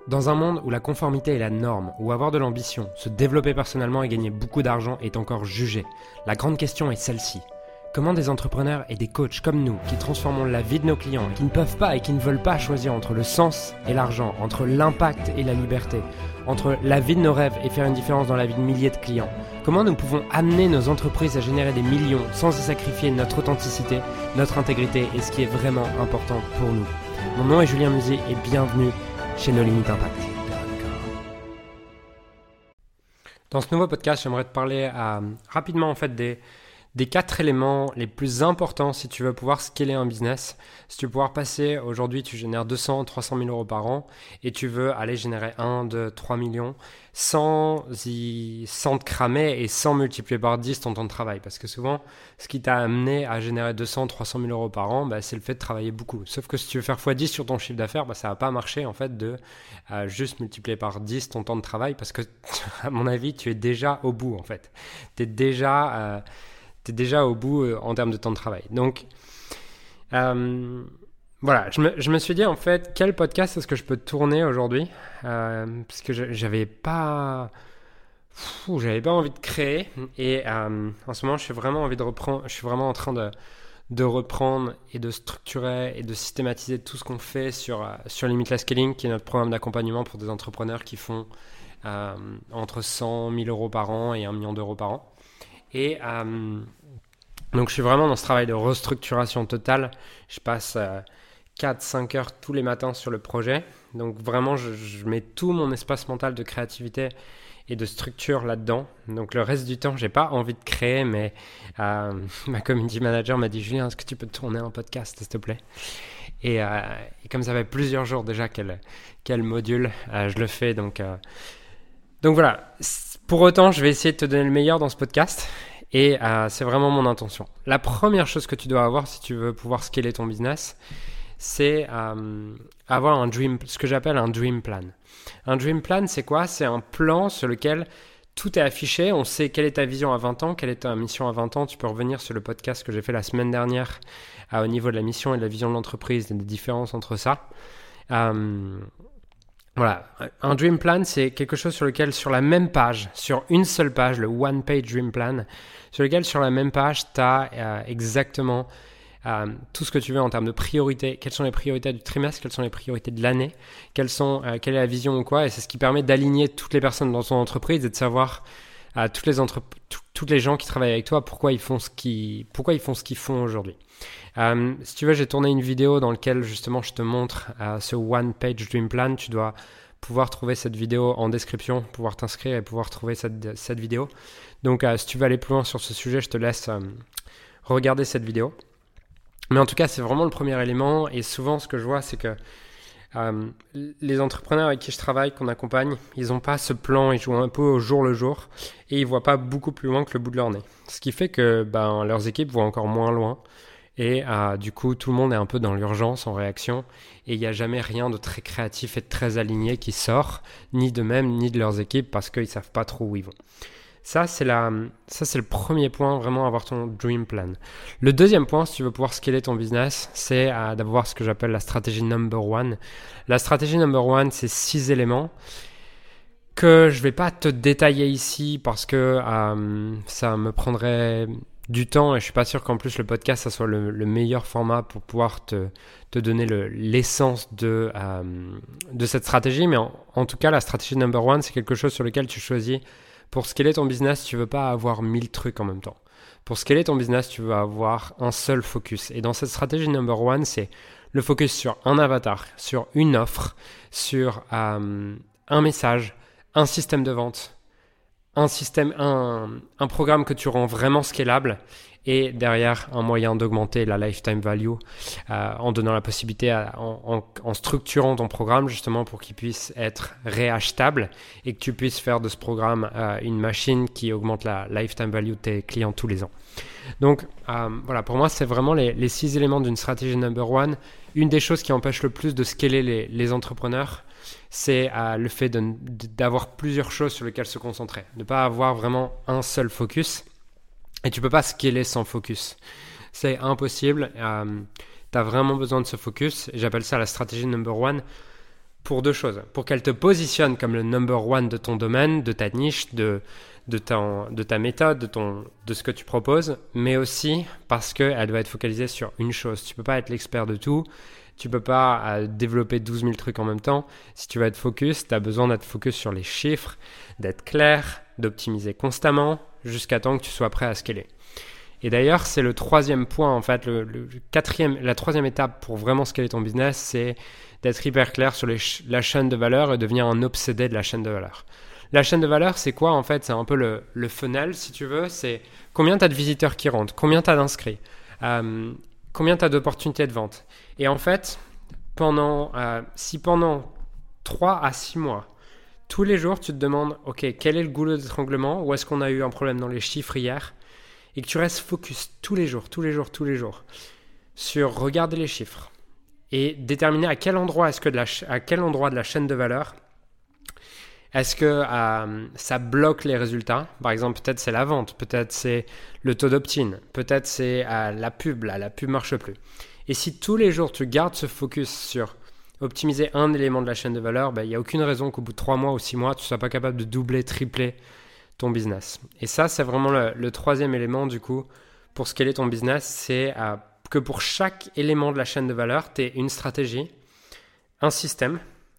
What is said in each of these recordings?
Dans un monde où la conformité est la norme, où avoir de l'ambition, se développer personnellement et gagner beaucoup d'argent est encore jugé, la grande question est celle-ci. Comment des entrepreneurs et des coachs comme nous, qui transformons la vie de nos clients, qui ne peuvent pas et qui ne veulent pas choisir entre le sens et l'argent, entre l'impact et la liberté, entre la vie de nos rêves et faire une différence dans la vie de milliers de clients, comment nous pouvons amener nos entreprises à générer des millions sans y sacrifier notre authenticité, notre intégrité et ce qui est vraiment important pour nous. Mon nom est Julien Musi et bienvenue chez No Limit Impact. Dans ce nouveau podcast, j'aimerais te parler rapidement en fait des 4 éléments les plus importants si tu veux pouvoir scaler un business. Si tu veux pouvoir passer, aujourd'hui tu génères 200, 300 000 euros par an et tu veux aller générer 1, 2, 3 millions sans te cramer et sans multiplier par 10 ton temps de travail. Parce que souvent, ce qui t'a amené à générer 200, 300 000 euros par an, c'est le fait de travailler beaucoup. Sauf que si tu veux faire x10 sur ton chiffre d'affaires, ça va pas marcher en fait de juste multiplier par 10 ton temps de travail parce que à mon avis, tu es déjà au bout en fait. Tu es déjà au bout en termes de temps de travail. Donc, voilà, je me suis dit en fait, quel podcast est-ce que je peux tourner aujourd'hui parce que j'avais pas envie de créer et en ce moment, je suis vraiment en train de reprendre et de structurer et de systématiser tout ce qu'on fait sur Limitless Scaling, qui est notre programme d'accompagnement pour des entrepreneurs qui font entre 100 000 euros par an et 1 million d'euros par an. Et donc je suis vraiment dans ce travail de restructuration totale. Je passe 4-5 heures tous les matins sur le projet. Donc vraiment je mets tout mon espace mental de créativité et de structure là-dedans. Donc le reste du temps, j'ai pas envie de créer, mais ma community manager m'a dit « Julien, est-ce que tu peux tourner un podcast, s'il te plaît ?» et comme ça fait plusieurs jours déjà qu'elle module, je le fais. Donc voilà. Pour autant, je vais essayer de te donner le meilleur dans ce podcast et c'est vraiment mon intention. La première chose que tu dois avoir si tu veux pouvoir scaler ton business, c'est avoir ce que j'appelle un dream plan. Un dream plan, c'est quoi ? C'est un plan sur lequel tout est affiché. On sait quelle est ta vision à 20 ans, quelle est ta mission à 20 ans. Tu peux revenir sur le podcast que j'ai fait la semaine dernière au niveau de la mission et de la vision de l'entreprise et des différences entre ça. Voilà, un dream plan, c'est quelque chose sur lequel, sur la même page, sur une seule page, le one page dream plan, sur lequel, sur la même page, tu as exactement tout ce que tu veux en termes de priorités. Quelles sont les priorités du trimestre, quelles sont les priorités de l'année, quelle est la vision ou quoi. Et c'est ce qui permet d'aligner toutes les personnes dans ton entreprise et de savoir toutes les gens qui travaillent avec toi pourquoi ils font ce qu'ils font aujourd'hui. Si tu veux, j'ai tourné une vidéo dans laquelle justement je te montre ce One Page Dream Plan. Tu dois pouvoir trouver cette vidéo en description, pouvoir t'inscrire et pouvoir trouver cette vidéo. Donc si tu veux aller plus loin sur ce sujet, je te laisse regarder cette vidéo. Mais en tout cas, c'est vraiment le premier élément. Et souvent, ce que je vois, c'est que les entrepreneurs avec qui je travaille, qu'on accompagne, ils n'ont pas ce plan, ils jouent un peu au jour le jour et ils ne voient pas beaucoup plus loin que le bout de leur nez. Ce qui fait que leurs équipes voient encore moins loin. Et du coup, tout le monde est un peu dans l'urgence, en réaction. Et il n'y a jamais rien de très créatif et de très aligné qui sort, ni d'eux-mêmes, ni de leurs équipes, parce qu'ils ne savent pas trop où ils vont. Ça, c'est le premier point, vraiment avoir ton dream plan. Le deuxième point, si tu veux pouvoir scaler ton business, c'est d'avoir ce que j'appelle la stratégie number one. La stratégie number one, c'est 6 éléments que je ne vais pas te détailler ici parce que ça me prendrait du temps et je suis pas sûr qu'en plus le podcast ça soit le meilleur format pour pouvoir te donner l'essence de cette stratégie, mais en tout cas la stratégie number one, c'est quelque chose sur lequel tu choisis. Pour scaler ton business, tu veux pas avoir 1000 trucs en même temps. Pour scaler ton business, tu veux avoir un seul focus. Et dans cette stratégie number one, c'est le focus sur un avatar, sur une offre, sur un message, un système de vente, un programme que tu rends vraiment scalable et derrière un moyen d'augmenter la lifetime value en donnant la possibilité, en structurant ton programme justement pour qu'il puisse être réachetable et que tu puisses faire de ce programme une machine qui augmente la lifetime value de tes clients tous les ans. Donc voilà, pour moi c'est vraiment les 6 éléments d'une stratégie number one. Une des choses qui empêche le plus de scaler les entrepreneurs, c'est le fait d'avoir plusieurs choses sur lesquelles se concentrer, de ne pas avoir vraiment un seul focus. Et tu peux pas scaler sans focus. C'est impossible. Tu as vraiment besoin de ce focus. Et j'appelle ça la stratégie number one. pour deux choses. Pour qu'elle te positionne comme le number one de ton domaine, de ta niche, de ta méthode, de ce que tu proposes, mais aussi parce qu'elle doit être focalisée sur une chose. Tu ne peux pas être l'expert de tout. Tu ne peux pas développer 12 000 trucs en même temps. Si tu veux être focus, tu as besoin d'être focus sur les chiffres, d'être clair, d'optimiser constamment jusqu'à temps que tu sois prêt à scaler. Et d'ailleurs, c'est le troisième point, en fait, la troisième étape pour vraiment scaler ton business, c'est d'être hyper clair sur la chaîne de valeur et devenir un obsédé de la chaîne de valeur. La chaîne de valeur, c'est quoi en fait? C'est un peu le funnel, si tu veux. C'est combien tu as de visiteurs qui rentrent, combien tu as d'inscrits, combien tu as d'opportunités de vente. Et en fait, si pendant 3 à 6 mois, tous les jours, tu te demandes, OK, quel est le goulot d'étranglement? Où est-ce qu'on a eu un problème dans les chiffres hier? Et que tu restes focus tous les jours, sur regarder les chiffres et déterminer à quel endroit de la chaîne de valeur est-ce que ça bloque les résultats. Par exemple, peut-être c'est la vente, peut-être c'est le taux d'opt-in, peut-être c'est la pub, la pub marche plus. Et si tous les jours tu gardes ce focus sur optimiser un élément de la chaîne de valeur, il n'y a aucune raison qu'au bout de 3 mois ou 6 mois, tu ne sois pas capable de doubler, tripler ton business. Et ça, c'est vraiment le troisième élément du coup pour scaler ton business, c'est que pour chaque élément de la chaîne de valeur, tu aies une stratégie, un système,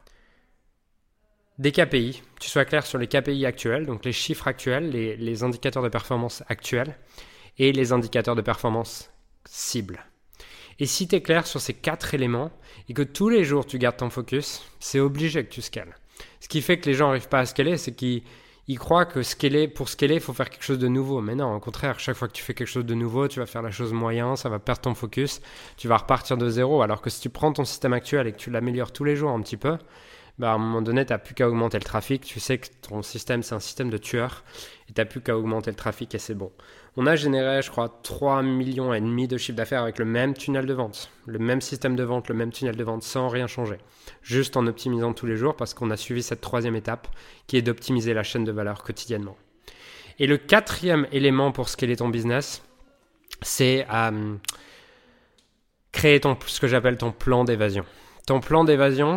des KPI, tu sois clair sur les KPI actuels, donc les chiffres actuels, les indicateurs de performance actuels et les indicateurs de performance cibles. Et si tu es clair sur ces 4 éléments et que tous les jours tu gardes ton focus, c'est obligé que tu scales. Ce qui fait que les gens n'arrivent pas à scaler, c'est qu'ils croient que pour scaler, il faut faire quelque chose de nouveau. Mais non, au contraire, chaque fois que tu fais quelque chose de nouveau, tu vas faire la chose moyen, ça va perdre ton focus, tu vas repartir de zéro. Alors que si tu prends ton système actuel et que tu l'améliores tous les jours un petit peu, à un moment donné, tu n'as plus qu'à augmenter le trafic. Tu sais que ton système, c'est un système de tueurs et tu n'as plus qu'à augmenter le trafic et c'est bon. On a généré, je crois, 3,5 millions de chiffre d'affaires avec le même tunnel de vente, le même système de vente, le même tunnel de vente sans rien changer. Juste en optimisant tous les jours parce qu'on a suivi cette troisième étape qui est d'optimiser la chaîne de valeur quotidiennement. Et le quatrième élément pour scaler ton business, c'est créer ce que j'appelle ton plan d'évasion. Ton plan d'évasion,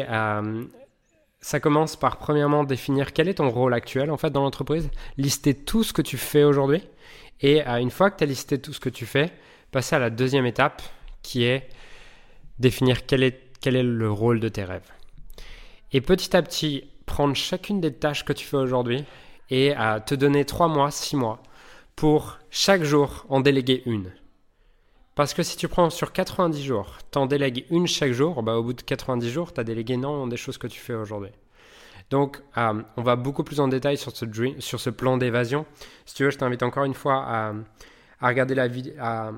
ça commence par premièrement définir quel est ton rôle actuel en fait dans l'entreprise, lister tout ce que tu fais aujourd'hui et une fois que tu as listé tout ce que tu fais, passer à la deuxième étape qui est définir quel est le rôle de tes rêves. Et petit à petit, prendre chacune des tâches que tu fais aujourd'hui et te donner 3 mois, 6 mois pour chaque jour en déléguer une. Parce que si tu prends sur 90 jours, tu en délègues une chaque jour, au bout de 90 jours, tu as délégué énormément des choses que tu fais aujourd'hui. Donc, on va beaucoup plus en détail sur ce plan d'évasion. Si tu veux, je t'invite encore une fois à regarder la vidéo, à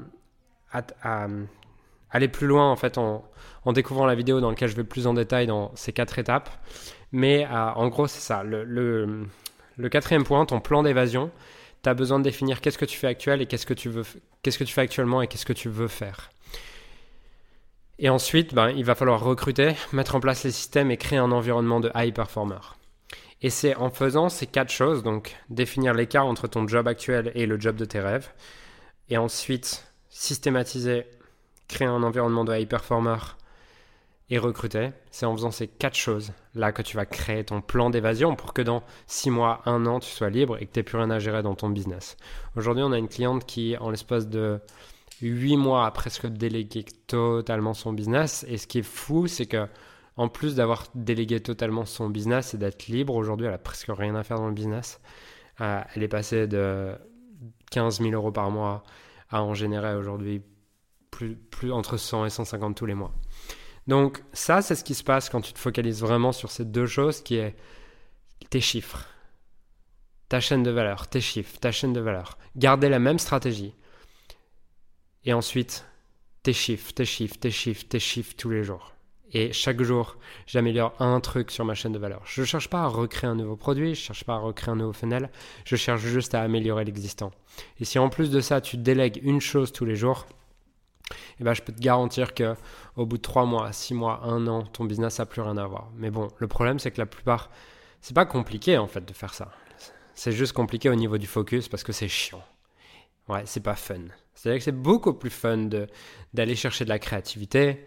aller plus loin en fait en découvrant la vidéo dans laquelle je vais plus en détail dans ces 4 étapes. Mais en gros, c'est ça. Le quatrième point, ton plan d'évasion. Tu as besoin de définir qu'est-ce que tu fais actuel et qu'est-ce que tu fais actuellement et qu'est-ce que tu veux faire. Et ensuite, il va falloir recruter, mettre en place les systèmes et créer un environnement de high performer. Et c'est en faisant ces 4 choses, donc définir l'écart entre ton job actuel et le job de tes rêves, et ensuite systématiser, créer un environnement de high performer et recruter. C'est en faisant ces 4 choses là que tu vas créer ton plan d'évasion pour que dans 6 mois, 1 an, tu sois libre et que tu n'aies plus rien à gérer dans ton business. Aujourd'hui, on a une cliente qui, en l'espace de 8 mois, a presque délégué totalement son business. Et ce qui est fou, c'est que en plus d'avoir délégué totalement son business et d'être libre, aujourd'hui, elle a presque rien à faire dans le business. Elle est passée de 15 000 euros par mois à en générer aujourd'hui plus entre 100 et 150 tous les mois. Donc ça, c'est ce qui se passe quand tu te focalises vraiment sur ces 2 choses qui est tes chiffres, ta chaîne de valeur, tes chiffres, ta chaîne de valeur. Garder la même stratégie. Et ensuite, tes chiffres tous les jours. Et chaque jour, j'améliore un truc sur ma chaîne de valeur. Je ne cherche pas à recréer un nouveau produit, je ne cherche pas à recréer un nouveau funnel, je cherche juste à améliorer l'existant. Et si en plus de ça, tu délègues une chose tous les jours, je peux te garantir qu'au bout de 3 mois, 6 mois, 1 an, ton business n'a plus rien à voir. Mais bon, le problème, c'est que la plupart, c'est pas compliqué en fait de faire ça. C'est juste compliqué au niveau du focus parce que c'est chiant. Ouais, c'est pas fun. C'est-à-dire que c'est beaucoup plus fun d'aller chercher de la créativité,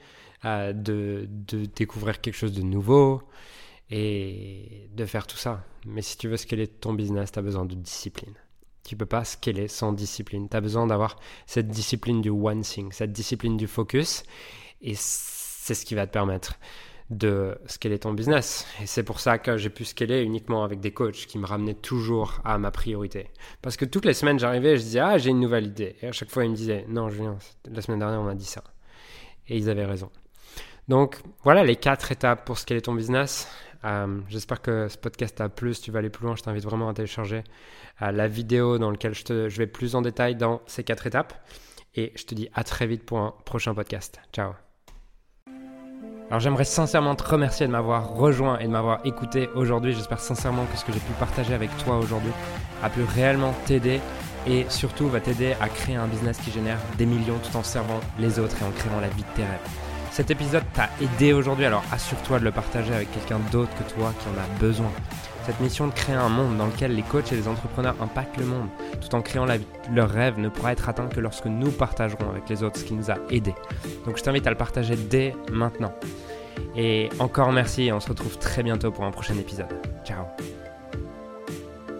de découvrir quelque chose de nouveau et de faire tout ça. Mais si tu veux scaler ton business, tu as besoin de discipline. Tu ne peux pas scaler sans discipline. Tu as besoin d'avoir cette discipline du one thing, cette discipline du focus. Et c'est ce qui va te permettre de scaler ton business. Et c'est pour ça que j'ai pu scaler uniquement avec des coachs qui me ramenaient toujours à ma priorité. Parce que toutes les semaines, j'arrivais et je disais « Ah, j'ai une nouvelle idée ». Et à chaque fois, ils me disaient « Non, Julien, la semaine dernière, on a dit ça ». Et ils avaient raison. Donc, voilà les 4 étapes pour scaler ton business. J'espère que ce podcast t'a plu. Si tu veux aller plus loin, je t'invite vraiment à télécharger la vidéo dans laquelle je vais plus en détail dans ces 4 étapes. Et je te dis à très vite pour un prochain podcast. Ciao. Alors j'aimerais sincèrement te remercier de m'avoir rejoint et de m'avoir écouté aujourd'hui. J'espère sincèrement que ce que j'ai pu partager avec toi aujourd'hui a pu réellement t'aider et surtout va t'aider à créer un business qui génère des millions tout en servant les autres et en créant la vie de tes rêves. Cet épisode t'a aidé aujourd'hui, alors assure-toi de le partager avec quelqu'un d'autre que toi qui en a besoin. Cette mission de créer un monde dans lequel les coachs et les entrepreneurs impactent le monde tout en créant leur rêve ne pourra être atteint que lorsque nous partagerons avec les autres ce qui nous a aidés. Donc je t'invite à le partager dès maintenant. Et encore merci et on se retrouve très bientôt pour un prochain épisode. Ciao.